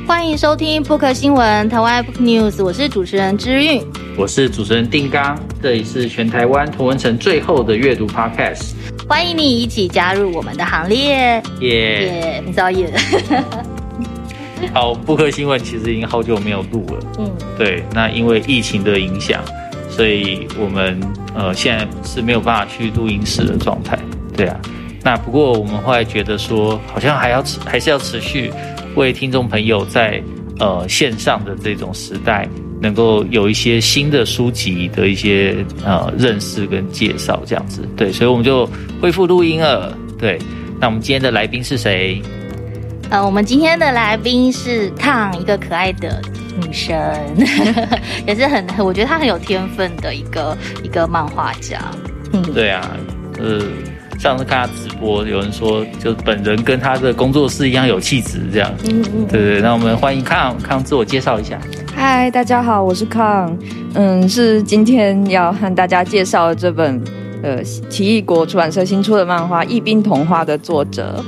欢迎收听 Book 新闻台湾 Book News， 我是主持人之韵， 我是主持人定刚，这里是全台湾同温层最后的阅读 Podcast， 欢迎你一起加入我们的行列，耶！你知道耶了。 好，Book 新闻其实已经好久没有录了，对，那因为疫情的影响，所以我们现在是没有办法去录音室的状态，对啊。那不过我们后来觉得说，好像还是要持续为听众朋友在线上的这种时代，能够有一些新的书籍的一些认识跟介绍这样子，对，所以我们就恢复录音了，对。那我们今天的来宾是谁？ 我们今天的来宾是康，一个可爱的女生，也是我觉得她很有天分的一个漫画家。 对啊，上次看他直播，有人说就本人跟他的工作室一样有气质，这样。对，那我们欢迎康自我介绍一下。 嗨，大家好，我是康，是今天要和大家介绍的这本奇异果出版社新出的漫画《异冰童话》的作者。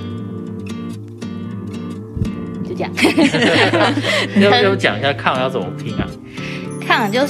就这样。 要讲一下康要怎么拼啊？ 康就是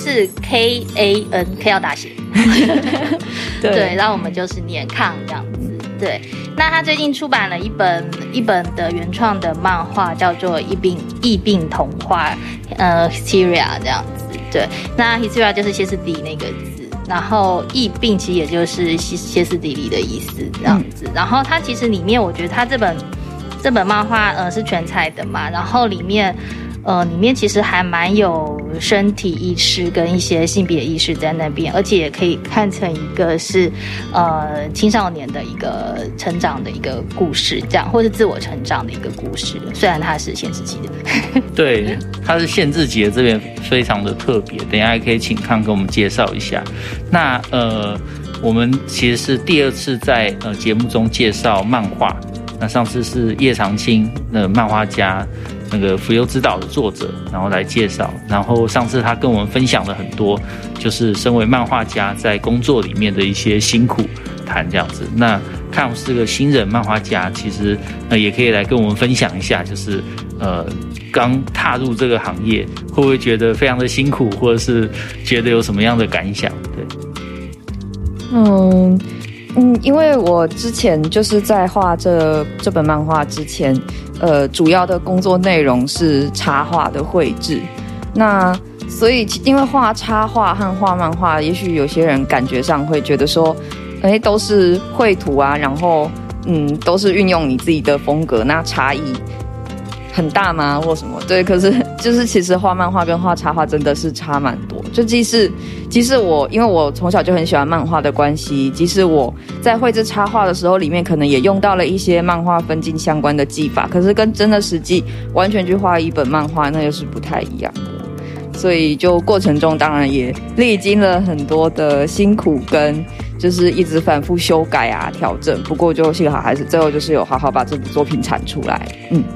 KAN， K 要大写。对，然后我们就是念康这样子。对，那他最近出版了一本的原创的漫画，叫做《异病童话》，Hysteria 这样子。对，那 Hysteria 就是歇斯底里那个字，然后异病其实也就是歇斯底里的意思这样子。然后它其实里面，我觉得它这本漫画是全彩的嘛，然后里面其实还蛮有身体意识跟一些性别意识在那边，而且也可以看成一个是青少年的一个成长的一个故事，这样，或是自我成长的一个故事。虽然它是限制级的， 对，它是限制级的，这边非常的特别。等一下也可以请康跟我们介绍一下。那我们其实是第二次在节目中介绍漫画。那上次是叶长青漫画家，那个《浮游之岛》的作者，然后来介绍。然后上次他跟我们分享了很多，就是身为漫画家在工作里面的一些辛苦谈这样子。那看我是个新人漫画家，其实也可以来跟我们分享一下，就是刚踏入这个行业，会不会觉得非常的辛苦，或者是觉得有什么样的感想？对， 因为我之前就是在画这本漫画之前，主要的工作内容是插画的绘制。那所以因为画插画和画漫画，也许有些人感觉上会觉得说，都是绘图啊，然后都是运用你自己的风格，那差异很大吗或什么？对，可是就是其实画漫画跟画插画真的是差蛮多。就即使我因为我从小就很喜欢漫画的关系，即使我在绘制插画的时候，里面可能也用到了一些漫画分镜相关的技法，可是跟真的实际完全去画一本漫画，那又是不太一样的。所以就过程中当然也历经了很多的辛苦跟就是一直反复修改啊调整，不过就幸好还是最后就是有好好把这部作品产出来。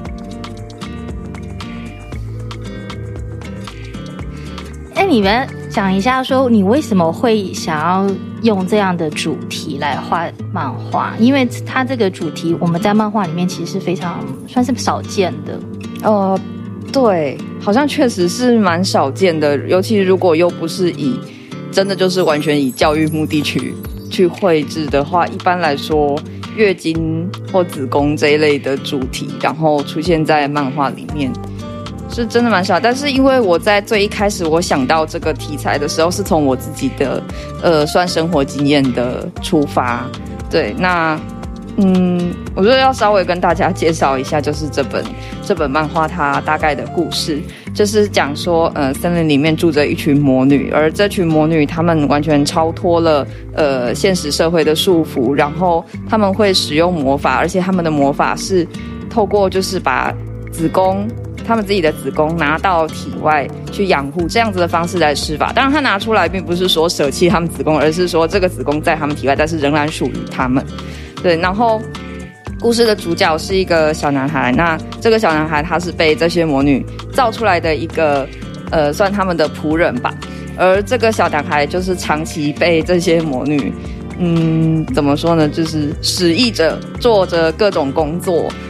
你们讲一下说你为什么会想要用这样的主题来画漫画？因为它这个主题我们在漫画里面其实是非常算是少见的。 对，好像确实是蛮少见的，尤其如果又不是真的就是完全以教育目的去绘制的话，一般来说月经或子宫这一类的主题，然后出现在漫画里面是真的蛮少。但是因为我在最一开始我想到这个题材的时候，是从我自己的算生活经验的出发。对，那我觉得要稍微跟大家介绍一下，就是这本漫画它大概的故事，就是讲说森林里面住着一群魔女，而这群魔女她们完全超脱了现实社会的束缚，然后她们会使用魔法，而且她们的魔法是透过就是把他们自己的子宫拿到体外去养护，这样子的方式来施法。当然他拿出来并不是说舍弃他们子宫，而是说这个子宫在他们体外，但是仍然属于他们。对，然后故事的主角是一个小男孩，那这个小男孩他是被这些魔女造出来的一个算他们的仆人吧，而这个小男孩就是长期被这些魔女怎么说呢，就是使役着做着各种工作，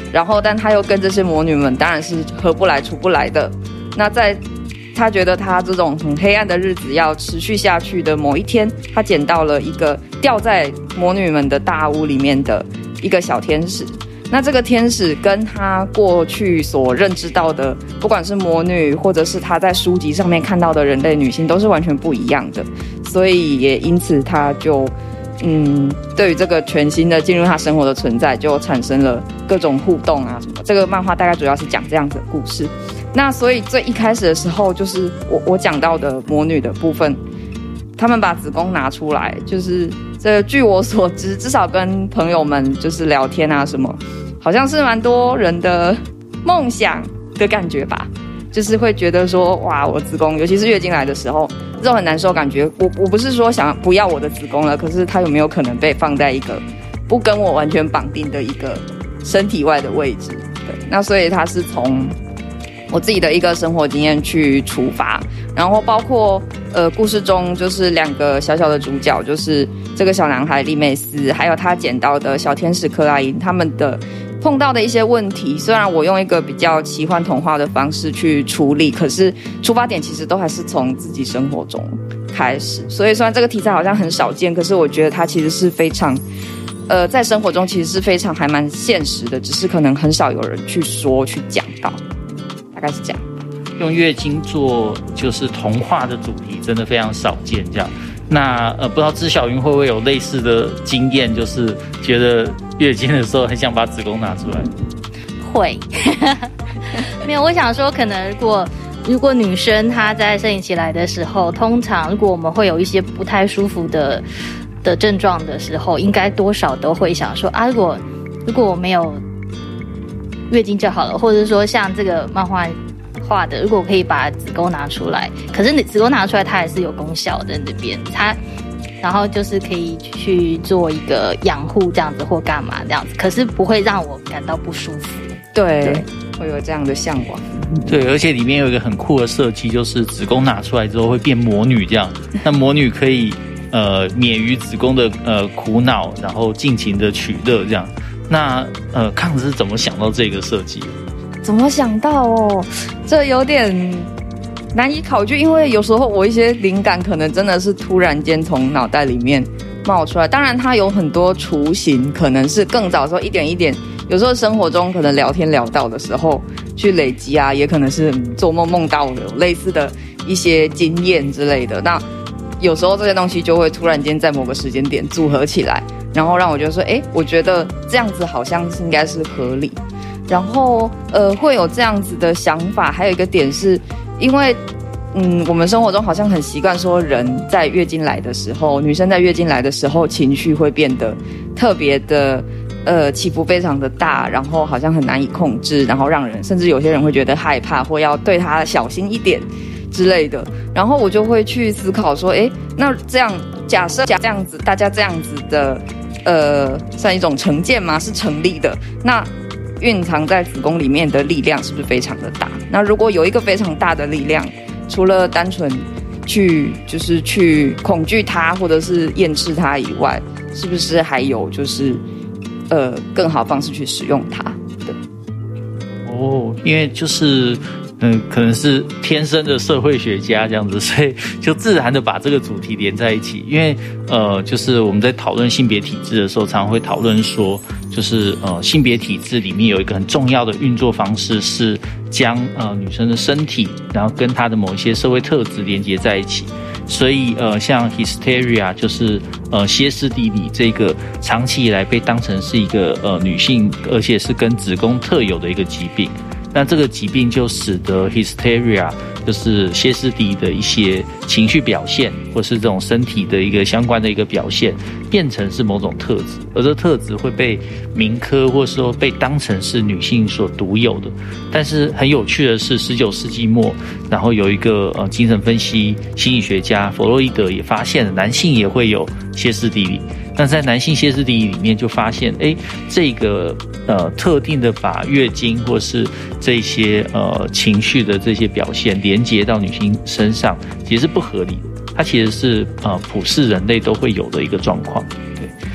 然后但他又跟这些魔女们当然是合不来处不来的。那在他觉得他这种很黑暗的日子要持续下去的某一天，他捡到了一个掉在魔女们的大屋里面的一个小天使。那这个天使跟他过去所认知到的，不管是魔女或者是他在书籍上面看到的人类女性，都是完全不一样的。所以也因此他就对于这个全新的进入他生活的存在就产生了各种互动啊什么。这个漫画大概主要是讲这样子的故事。那所以最一开始的时候，就是我讲到的魔女的部分，他们把子宫拿出来，就是这据我所知，至少跟朋友们就是聊天啊什么，好像是蛮多人的梦想的感觉吧。就是会觉得说，哇，我子宫，尤其是月经来的时候，这种很难受感觉。我不是说想不要我的子宫了，可是它有没有可能被放在一个不跟我完全绑定的一个身体外的位置？对，那所以它是从我自己的一个生活经验去出发，然后包括故事中就是2个小小的主角，就是这个小男孩利梅斯，还有他捡到的小天使克莱因，他们的碰到的一些问题，虽然我用一个比较奇幻童话的方式去处理，可是出发点其实都还是从自己生活中开始。所以虽然这个题材好像很少见，可是我觉得它其实是非常在生活中其实是非常还蛮现实的，只是可能很少有人去说去讲到，大概是这样。 用月经做就是童话的主题，真的非常少见这样。那不知道知晓云会不会有类似的经验，就是觉得月经的时候很想把子宫拿出来？ 会，没有。我想说，可能如果女生她在生理期来的时候，通常如果我们会有一些不太舒服的症状的时候，应该多少都会想说啊，如果我没有月经就好了，或者说像这个漫画画的，如果我可以把子宫拿出来，可是你子宫拿出来它还是有功效的那边，然后就是可以去做一个养护这样子或干嘛这样子，可是不会让我感到不舒服。 对，会有这样的向往。 对，而且里面有一个很酷的设计，就是子宫拿出来之后会变魔女这样，那魔女可以免于子宫的苦恼，然后尽情的取乐这样。那康子是怎么想到这个设计？ 怎么想到哦？这有点难以考据，因为有时候我一些灵感可能真的是突然间从脑袋里面冒出来。当然它有很多雏形，可能是更早的时候一点一点，有时候生活中可能聊天聊到的时候去累积啊，也可能是做梦梦到的类似的一些经验之类的。那有时候这些东西就会突然间在某个时间点组合起来，然后让我觉得说，我觉得这样子好像是应该是合理。然后会有这样子的想法，还有一个点是因为我们生活中好像很习惯说人在月经来的时候，女生在月经来的时候情绪会变得特别的起伏非常的大，然后好像很难以控制，然后让人甚至有些人会觉得害怕或要对她小心一点之类的。然后我就会去思考说，那这样假设这样子大家这样子的算一种成见吗？是成立的。那蕴藏在子宫里面的力量是不是非常的大？那如果有一个非常大的力量，除了单纯去恐惧它或者是厌斥它以外，是不是还有就是更好的方式去使用它？对。 因为就是可能是天生的社会学家这样子，所以就自然的把这个主题连在一起。因为就是我们在讨论性别体制的时候，常常会讨论说，就是性别体制里面有一个很重要的运作方式是将女生的身体，然后跟她的某一些社会特质连接在一起。所以像 hysteria 就是歇斯底里这个长期以来被当成是一个女性，而且是跟子宫特有的一个疾病。那这个疾病就使得 hysteria 就是歇斯底里的一些情绪表现，或是这种身体的一个相关的一个表现，变成是某种特质，而这特质会被民科或是说被当成是女性所独有的。但是很有趣的是，19世纪末，然后有一个精神分析心理学家弗洛伊德也发现了男性也会有歇斯底里。那在男性歇斯底里里面就发现，这个特定的把月经或是这些情绪的这些表现连接到女性身上，其实是不合理的。它其实是普世人类都会有的一个状况。对，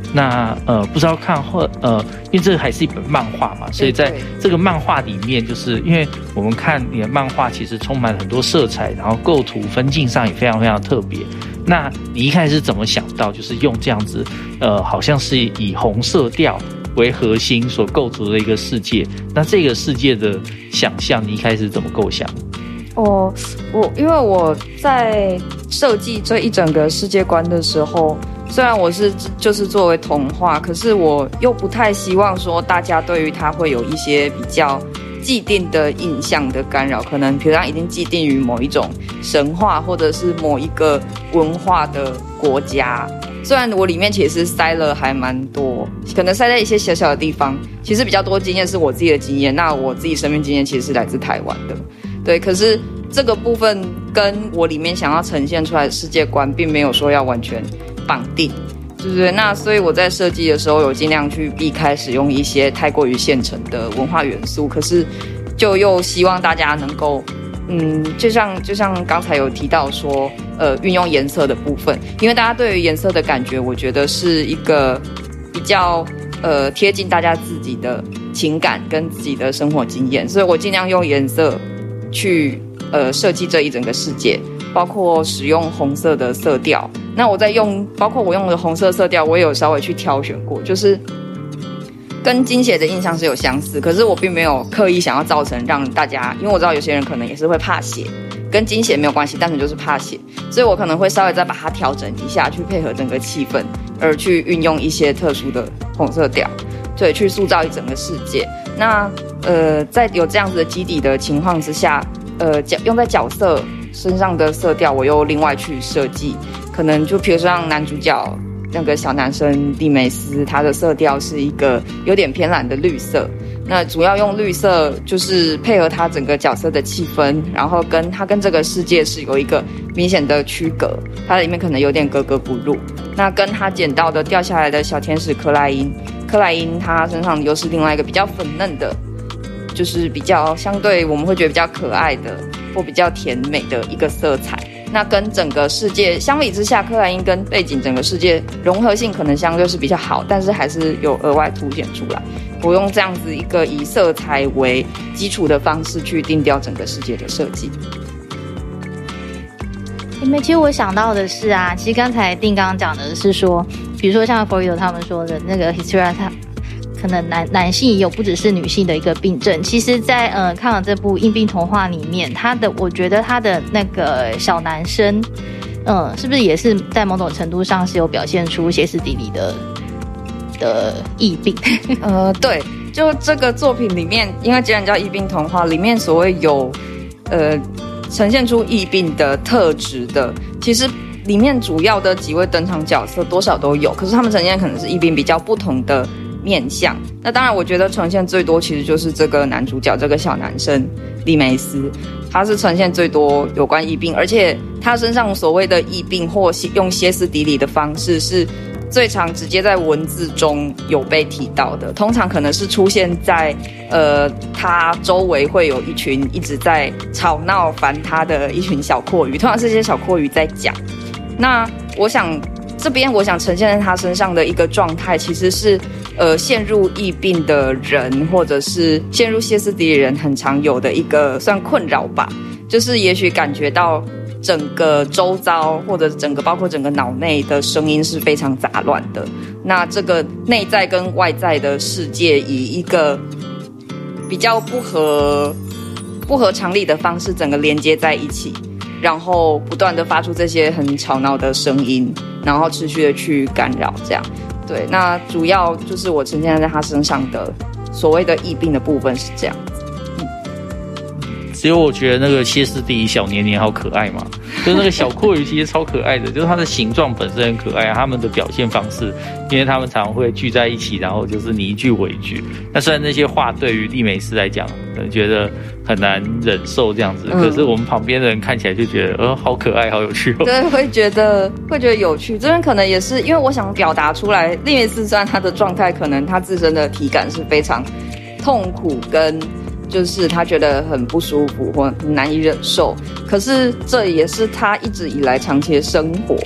那不知道看因为这个还是一本漫画嘛，所以在这个漫画里面，就是因为我们看你的漫画其实充满很多色彩，然后构图分镜上也非常非常特别。那你一开始是怎么想到就是用这样子好像是以红色调为核心所构筑的一个世界？那这个世界的想象你一开始怎么构想？ 因为我在设计这一整个世界观的时候，虽然我就是作为童话，可是我又不太希望说大家对于它会有一些比较既定的印象的干扰，可能比如说已经既定于某一种神话或者是某一个文化的国家。虽然我里面其实塞了还蛮多，可能塞在一些小小的地方，其实比较多经验是我自己的经验，那我自己生命经验其实是来自台湾的，对，可是这个部分跟我里面想要呈现出来的世界观并没有说要完全绑定，对不对？那所以我在设计的时候有尽量去避开使用一些太过于现成的文化元素，可是就又希望大家能够就像刚才有提到说运用颜色的部分，因为大家对于颜色的感觉我觉得是一个比较贴近大家自己的情感跟自己的生活经验，所以我尽量用颜色去设计这一整个世界，包括使用红色的色调。那包括我用的红色色调，我也有稍微去挑选过，就是跟金血的印象是有相似，可是我并没有刻意想要造成让大家，因为我知道有些人可能也是会怕血，跟金血没有关系，单纯就是怕血，所以我可能会稍微再把它调整一下，去配合整个气氛，而去运用一些特殊的红色调，对，去塑造一整个世界。那在有这样子的基底的情况之下，用在角色身上的色调，我又另外去设计，可能就比如说像男主角那个小男生利梅斯，他的色调是一个有点偏蓝的绿色，那主要用绿色就是配合他整个角色的气氛，然后他跟这个世界是有一个明显的区隔，他里面可能有点格格不入。那跟他捡到的掉下来的小天使克莱因他身上又是另外一个比较粉嫩的，就是比较相对我们会觉得比较可爱的或比较甜美的一个色彩。那跟整个世界相比之下，克莱因跟背景整个世界融合性可能相对是比较好，但是还是有额外凸显出来。我用这样子一个以色彩为基础的方式去定调整个世界的设计。 其实我想到的是啊，其实刚才定刚讲的是说，比如说像 Florido 他们说的那个 Hysteria， 它可能男性也有不只是女性的一个病症。其实在看了这部硬病童话里面，我觉得他的那个小男生是不是也是在某种程度上是有表现出歇斯底里的疫病？ 对，就这个作品里面，因为既然叫疫病童话，里面所谓有呈现出疫病的特质的，其实里面主要的几位登场角色多少都有，可是他们呈现可能是疫病比较不同的面向。那当然我觉得呈现最多其实就是这个男主角，这个小男生利梅斯，他是呈现最多有关疫病，而且他身上所谓的疫病或用歇斯底里的方式是最常直接在文字中有被提到的，通常可能是出现在他周围会有一群一直在吵闹烦他的一群小蛞蝓，通常是这些小蛞蝓在讲。那我想呈现在他身上的一个状态，其实是陷入疫病的人或者是陷入歇斯底里人很常有的一个算困扰吧，就是也许感觉到整个周遭或者包括整个脑内的声音是非常杂乱的，那这个内在跟外在的世界以一个比较不合常理的方式整个连接在一起，然后不断的发出这些很吵闹的声音，然后持续的去干扰这样。对，那主要就是我呈现在他身上的所谓的疫病的部分是这样。 只有我觉得那个歇斯底里小黏黏好可爱嘛，就是那个小蛞蝓其实超可爱的，就是它的形状本身很可爱，他们的表现方式，因为他们常会聚在一起，然后就是你一句我一句。那虽然那些话对于利梅斯来讲，可能觉得很难忍受这样子，可是我们旁边的人看起来就觉得好可爱，好有趣哦。 对，会觉得有趣。这边可能也是因为我想表达出来，利梅斯虽然他的状态可能他自身的体感是非常痛苦跟就是他觉得很不舒服或难以忍受，可是这也是他一直以来长期的生活，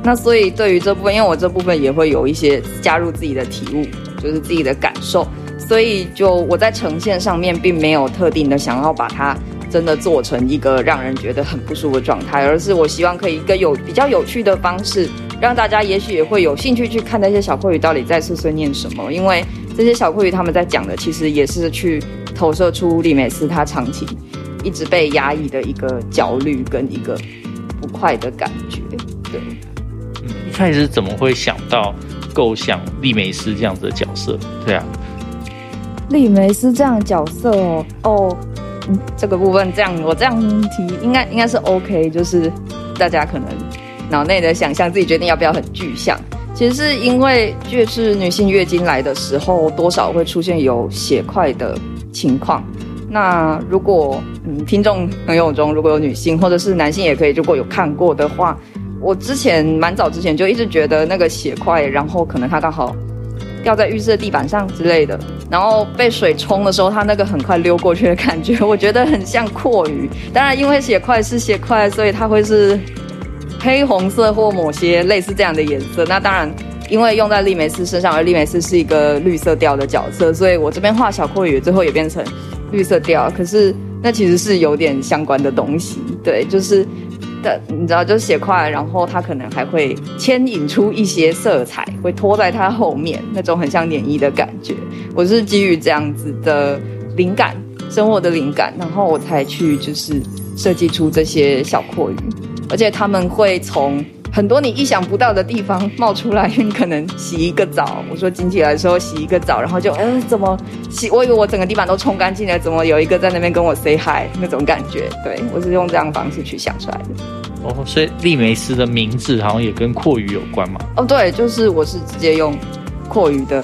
那所以对于这部分，因为我这部分也会有一些加入自己的体悟，就是自己的感受，所以就我在呈现上面并没有特定的想要把它真的做成一个让人觉得很不舒服的状态，而是我希望可以一个比较有趣的方式，让大家也许也会有兴趣去看那些小蛞蝓到底在碎碎念什么。因为这些小蛞蝓他们在讲的其实也是去投射出莉美丝她长期一直被压抑的一个焦虑跟一个不快的感觉。对， 一开始怎么会想到构想莉美丝这样子的角色？对啊， 莉美丝这样的角色这个部分我这样提应该是 OK， 就是大家可能脑内的想象自己决定要不要很具象。其实是因为就是女性月经来的时候多少会出现有血块的情况，那如果听众朋友中如果有女性或者是男性也可以，如果有看过的话，我蛮早之前就一直觉得那个血块，然后可能它刚好掉在浴室的地板上之类的，然后被水冲的时候它那个很快溜过去的感觉，我觉得很像蛞蝓。当然因为血块是血块，所以它会是黑红色或某些类似这样的颜色。那当然因为用在莉美丝身上，而莉美丝是一个绿色调的角色，所以我这边画小蛞蝓最后也变成绿色调，可是那其实是有点相关的东西。对，就是你知道就是血块，然后它可能还会牵引出一些色彩会拖在它后面，那种很像涟漪的感觉。我是基于这样子的灵感，生活的灵感，然后我才去就是设计出这些小蛞蝓，而且他们会从很多你意想不到的地方冒出来。你可能洗一个澡，我说经期来的时候洗一个澡，然后就怎么洗，我以为我整个地板都冲干净了，怎么有一个在那边跟我 say hi 那种感觉。对，我是用这样的方式去想出来的。 所以莉美丝的名字好像也跟蛞蝓有关嘛？ 对，就是我是直接用蛞蝓的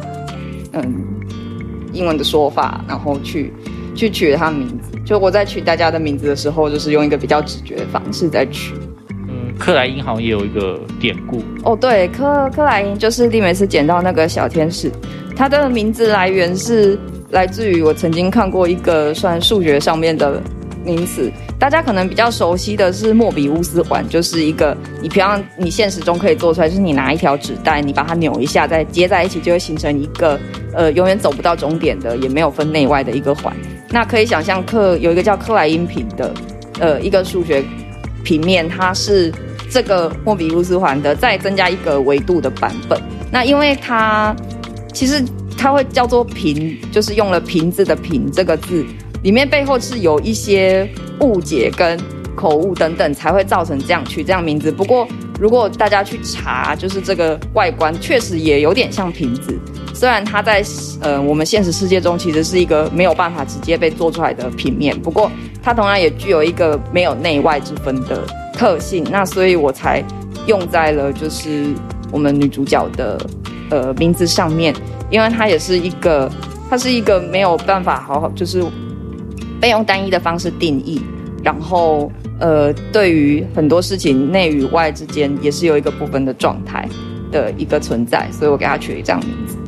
英文的说法，然后去取了它的名字。就我在取大家的名字的时候，就是用一个比较直觉的方式在取。 克莱因好像也有一个典故。 对，克莱因就是莉美丝捡到那个小天使，它的名字来源是来自于我曾经看过一个算数学上面的名词。大家可能比较熟悉的是莫比乌斯环，就是一个你平常你现实中可以做出来，就是你拿一条纸带，你把它扭一下再接在一起，就会形成一个永远走不到终点的，也没有分内外的一个环。那可以想象有一个叫克莱因平的一个数学平面，它是这个莫比乌斯环的再增加一个维度的版本。那因为它其实它会叫做瓶，就是用了瓶子的瓶这个字，里面背后是有一些误解跟口误等等，才会造成这样名字。不过如果大家去查，就是这个外观确实也有点像瓶子，虽然它在我们现实世界中其实是一个没有办法直接被做出来的平面，不过它同样也具有一个没有内外之分的特性。那所以我才用在了就是我们女主角的名字上面，因为它是一个没有办法好好就是被用单一的方式定义，然后对于很多事情内与外之间也是有一个部分的状态的一个存在，所以我给它取了这样的名字。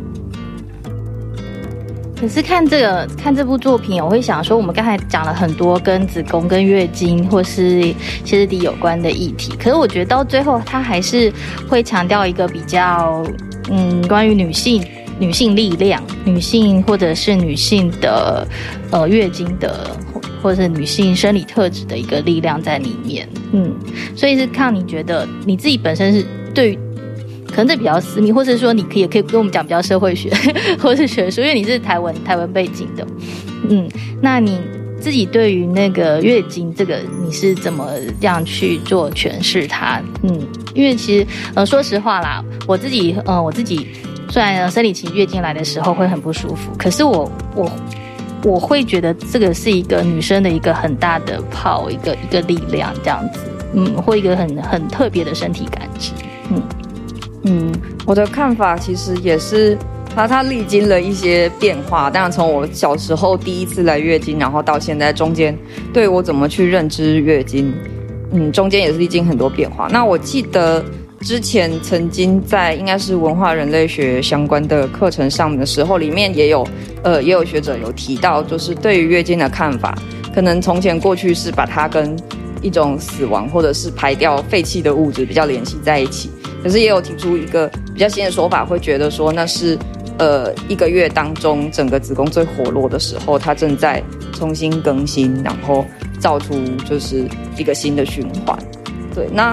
可是看这部作品，我会想说，我们刚才讲了很多跟子宫、跟月经或是歇斯底里有关的议题，可是我觉得到最后，它还是会强调一个比较关于女性力量、女性或者是女性的月经的，或者是女性生理特质的一个力量在里面。所以是看你觉得你自己本身是对于。可能这比较私密，或者说你也可以跟我们讲比较社会学或是学术，因为你是台湾背景的。那你自己对于那个月经这个，你是怎么样去做诠释它？因为其实说实话啦，我自己虽然生理期月经来的时候会很不舒服，可是我会觉得这个是一个女生的一个很大的一个力量这样子，或一个很特别的身体感知。 我的看法其实也是它历经了一些变化。当然从我小时候第一次来月经，然后到现在中间对我怎么去认知月经，中间也是历经很多变化。那我记得之前曾经在应该是文化人类学相关的课程上的时候，里面也有学者有提到，就是对于月经的看法，可能从前过去是把它跟一种死亡或者是排掉废弃的物质比较联系在一起。可是也有提出一个比较新的说法，会觉得说那是1个月当中整个子宫最活络的时候，它正在重新更新，然后造出就是一个新的循环。对，那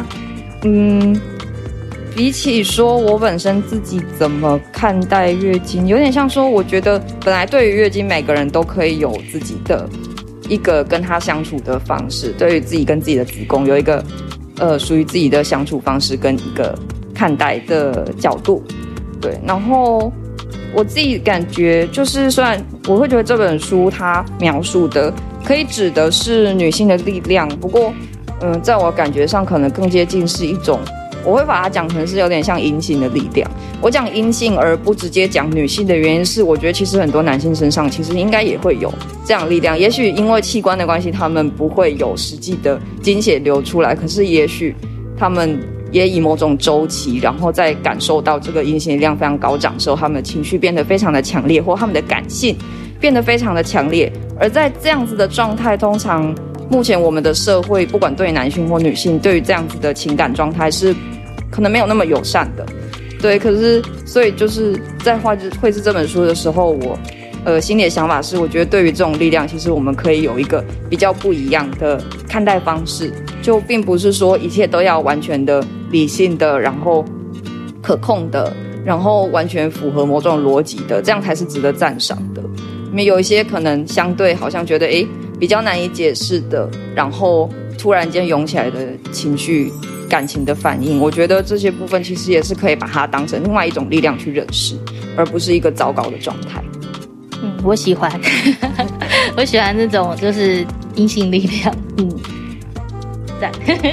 比起说我本身自己怎么看待月经，有点像说我觉得本来对于月经每个人都可以有自己的一个跟他相处的方式，对于自己跟自己的子宫有一个属于自己的相处方式跟一个看待的角度。对，然后我自己感觉就是虽然我会觉得这本书它描述的可以指的是女性的力量，不过在我感觉上可能更接近是一种，我会把它讲成是有点像阴性的力量。我讲阴性而不直接讲女性的原因是，我觉得其实很多男性身上其实应该也会有这样的力量。也许因为器官的关系，他们不会有实际的经血流出来，可是也许他们也以某种周期，然后在感受到这个阴性力量非常高涨的时候，他们的情绪变得非常的强烈，或他们的感性变得非常的强烈。而在这样子的状态，通常目前我们的社会不管对男性或女性，对于这样子的情感状态是可能没有那么友善的。对，可是所以就是在绘制这本书的时候，我心里的想法是，我觉得对于这种力量，其实我们可以有一个比较不一样的看待方式，就并不是说一切都要完全的理性的，然后可控的，然后完全符合某种逻辑的，这样才是值得赞赏的。因为有一些可能相对好像觉得比较难以解释的，然后突然间涌起来的情绪感情的反应，我觉得这些部分其实也是可以把它当成另外一种力量去认识，而不是一个糟糕的状态。 我喜欢我喜欢那种就是阴性力量。赞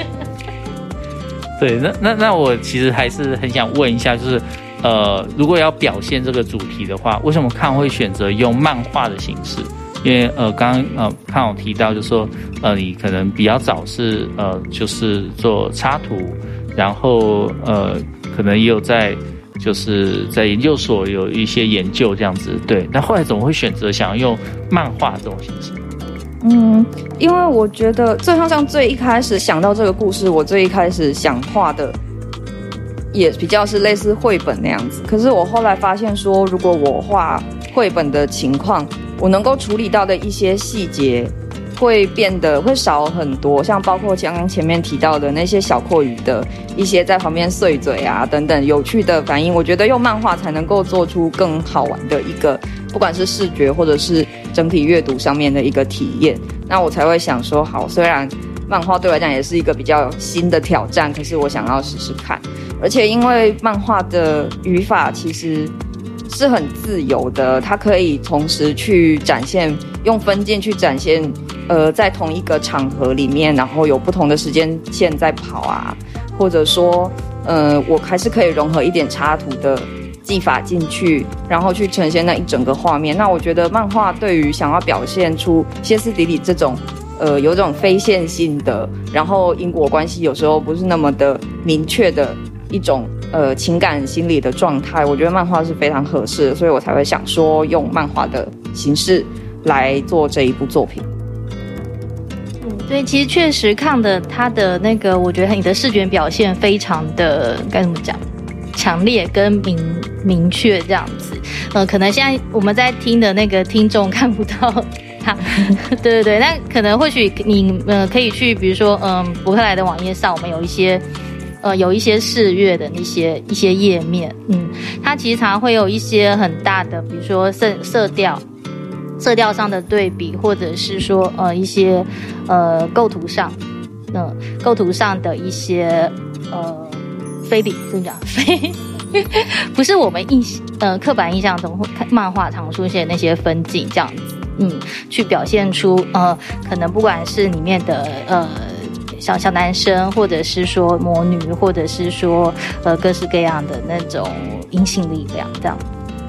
对，那我其实还是很想问一下，就是如果要表现这个主题的话，为什么康会选择用漫画的形式？因为刚刚康有提到，就是说你可能比较早是就是做插图，然后可能也有就是在研究所有一些研究这样子。对，那后来怎么会选择想要用漫画这种形式？ 因为我觉得像最一开始想到这个故事，我最一开始想画的也比较是类似绘本那样子。可是我后来发现说，如果我画绘本的情况，我能够处理到的一些细节会少很多，像包括刚刚前面提到的那些小蛞蝓的一些在旁边碎嘴啊等等有趣的反应，我觉得用漫画才能够做出更好玩的一个，不管是视觉或者是整体阅读上面的一个体验。那我才会想说，好，虽然漫画对我来讲也是一个比较新的挑战，可是我想要试试看。而且因为漫画的语法其实是很自由的，它可以同时去展现，用分镜去展现在同一个场合里面，然后有不同的时间线在跑啊，或者说我还是可以融合一点插图的技法进去，然后去呈现那一整个画面。那我觉得漫画对于想要表现出歇斯底里这种有种非线性的，然后因果关系有时候不是那么的明确的一种情感心理的状态，我觉得漫画是非常合适的，所以我才会想说用漫画的形式来做这一部作品。 对，其实确实看的他的那个，我觉得你的视觉表现非常的该怎么讲，强烈跟明确这样子。可能现在我们在听的那个听众看不到他，对对对，那可能或许你可以去，比如说博客来的网页上，我们有一些视觉的一些页面，它其实常常会有一些很大的，比如说色调上的对比，或者是说一些构图上的一些非理怎么讲非不是我们刻板印象中漫画常出现的那些分镜这样子，去表现出可能不管是里面的小男生，或者是说魔女，或者是说各式各样的那种阴性力量这样。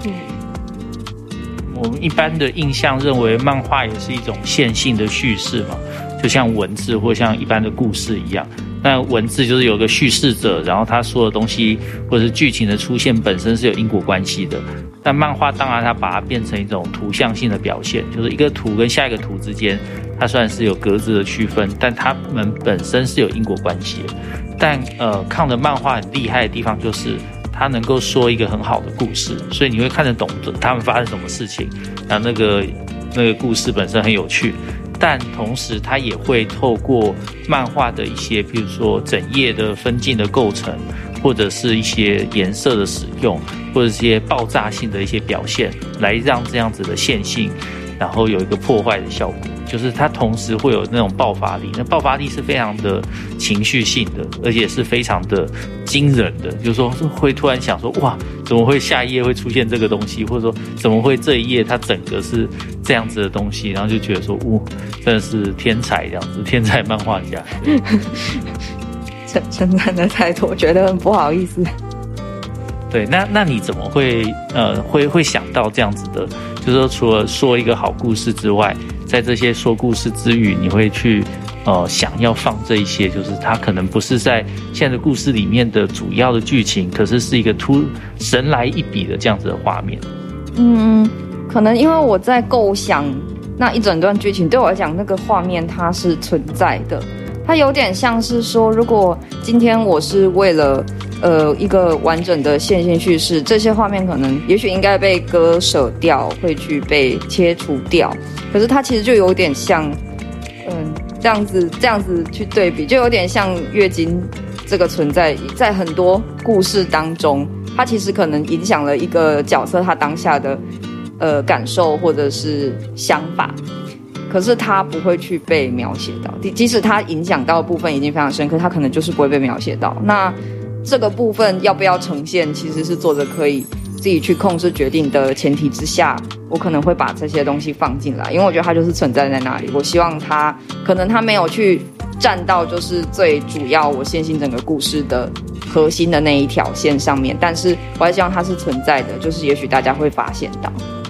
我们一般的印象认为漫画也是一种线性的叙事嘛，就像文字或像一般的故事一样。那文字就是有个叙事者，然后他说的东西或者是剧情的出现本身是有因果关系的。但漫画当然它把它变成一种图像性的表现，就是一个图跟下一个图之间它虽然是有格子的区分，但它们本身是有因果关系的。但抗的漫画很厉害的地方就是它能够说一个很好的故事，所以你会看得懂他们发生什么事情，然后那个故事本身很有趣。但同时它也会透过漫画的一些比如说整页的分镜的构成，或者是一些颜色的使用，或者是一些爆炸性的一些表现，来让这样子的线性然后有一个破坏的效果，就是它同时会有那种爆发力，那爆发力是非常的情绪性的，而且是非常的惊人的，就是说会突然想说哇，怎么会下一页会出现这个东西，或者说怎么会这一页它整个是这样子的东西，然后就觉得说真的是天才这样子，天才漫画家。 称赞的太多，觉得很不好意思。 对，那你怎么会想到这样子的？就是说，除了说一个好故事之外，在这些说故事之余，你会去想要放这一些，就是它可能不是在现在的故事里面的主要的剧情，可是一个神来一笔的这样子的画面。 可能因为我在构想那一整段剧情，对我来讲，那个画面它是存在的。它有点像是说，如果今天我是为了一个完整的线性叙事，这些画面可能也许应该被割舍掉，会去被切除掉。可是它其实就有点像，这样子去对比，就有点像月经这个存在，在很多故事当中，它其实可能影响了一个角色他当下的感受或者是想法。可是他不会去被描写到，即使他影响到的部分已经非常深刻，他可能就是不会被描写到。那这个部分要不要呈现，其实是作者可以自己去控制决定的前提之下，我可能会把这些东西放进来，因为我觉得它就是存在在那里。我希望它可能它没有去站到就是最主要我线性整个故事的核心的那一条线上面，但是我还希望它是存在的，就是也许大家会发现到。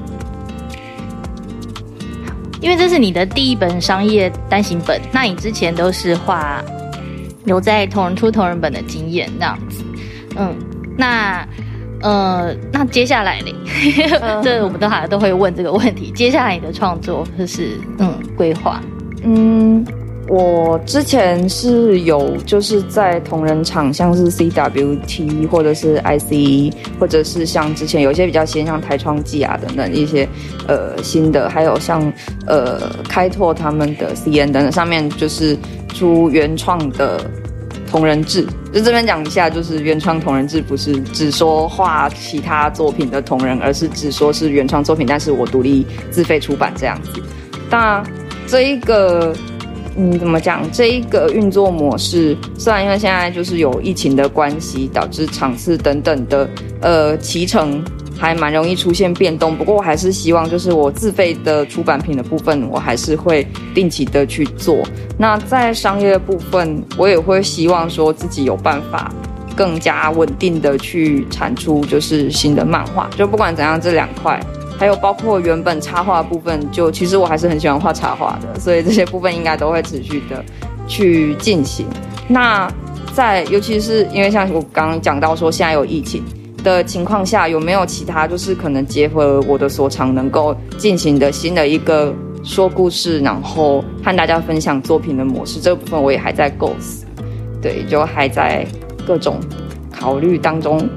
因为这是你的第一本商业单行本，那你之前都是画有在同人出同人本的经验这样子，那接下来嘞，这我们都好像都会问这个问题，接下来你的创作就是规划。 我之前是有就是在同人场，像是 CWT 或者是 ICE， 或者是像之前有一些比较新，像台创季啊等等一些新的，还有像开拓他们的 CN 等等，上面就是出原创的同人志。就这边讲一下，就是原创同人志不是只说画其他作品的同人，而是只说是原创作品，但是我独立自费出版这样子。那这一个怎么讲？这一个运作模式，虽然因为现在就是有疫情的关系，导致场次等等的期程还蛮容易出现变动。不过我还是希望，就是我自费的出版品的部分，我还是会定期的去做。那在商业的部分，我也会希望说自己有办法更加稳定的去产出，就是新的漫画。就不管怎样，这两块。还有包括原本插画的部分，就其实我还是很喜欢画插画的，所以这些部分应该都会持续的去进行。那尤其是因为像我刚刚讲到说现在有疫情的情况下，有没有其他就是可能结合我的所长能够进行的新的一个说故事，然后和大家分享作品的模式，这个部分我也还在构思，对，就还在各种考虑当中。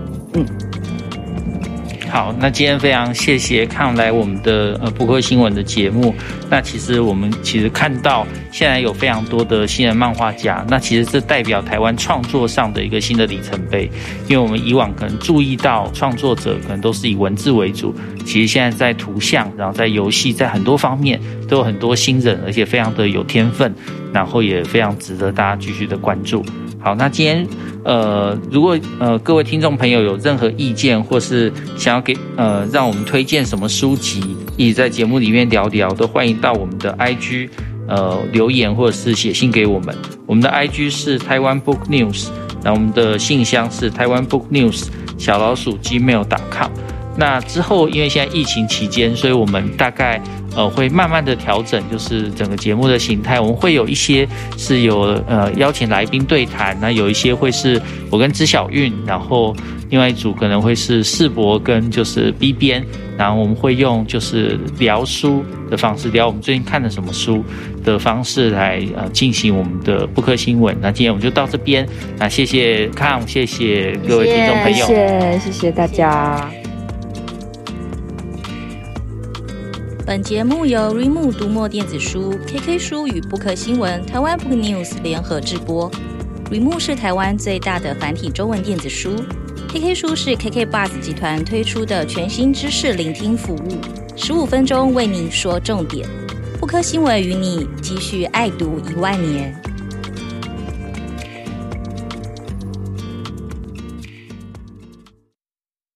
好，那今天非常谢谢康来我们的布克新闻的节目。那其实我们看到现在有非常多的新人漫画家，那其实这代表台湾创作上的一个新的里程碑。因为我们以往可能注意到创作者可能都是以文字为主，其实现在在图像，然后在游戏，在很多方面都有很多新人，而且非常的有天分，然后也非常值得大家继续的关注。好，那今天如果各位听众朋友有任何意见，或是想要给让我们推荐什么书籍，一起在节目里面聊聊，都欢迎到我们的 IG 留言或者是写信给我们。我们的 IG 是台湾 Book News， 那我们的信箱是台湾 Book News @gmail.com。 那之后因为现在疫情期间，所以我们大概会慢慢的调整，就是整个节目的形态。我们会有一些是有邀请来宾对谈，那有一些会是我跟知晓韵，然后另外一组可能会是世博跟就是 B 编，然后我们会用就是聊书的方式，聊我们最近看了什么书的方式来进行我们的布克新闻。那今天我们就到这边，那谢谢康，谢谢各位听众朋友， 谢谢大家。 本节目由 Readmoo 读墨电子书、KK 书与布克新闻、台湾 Book News 联合制播。Readmoo 是台湾最大的繁体中文电子书。KK 书是 KKBOX 集团推出的全新知识聆听服务，15分钟为你说重点。布克新闻与你继续爱读1万年。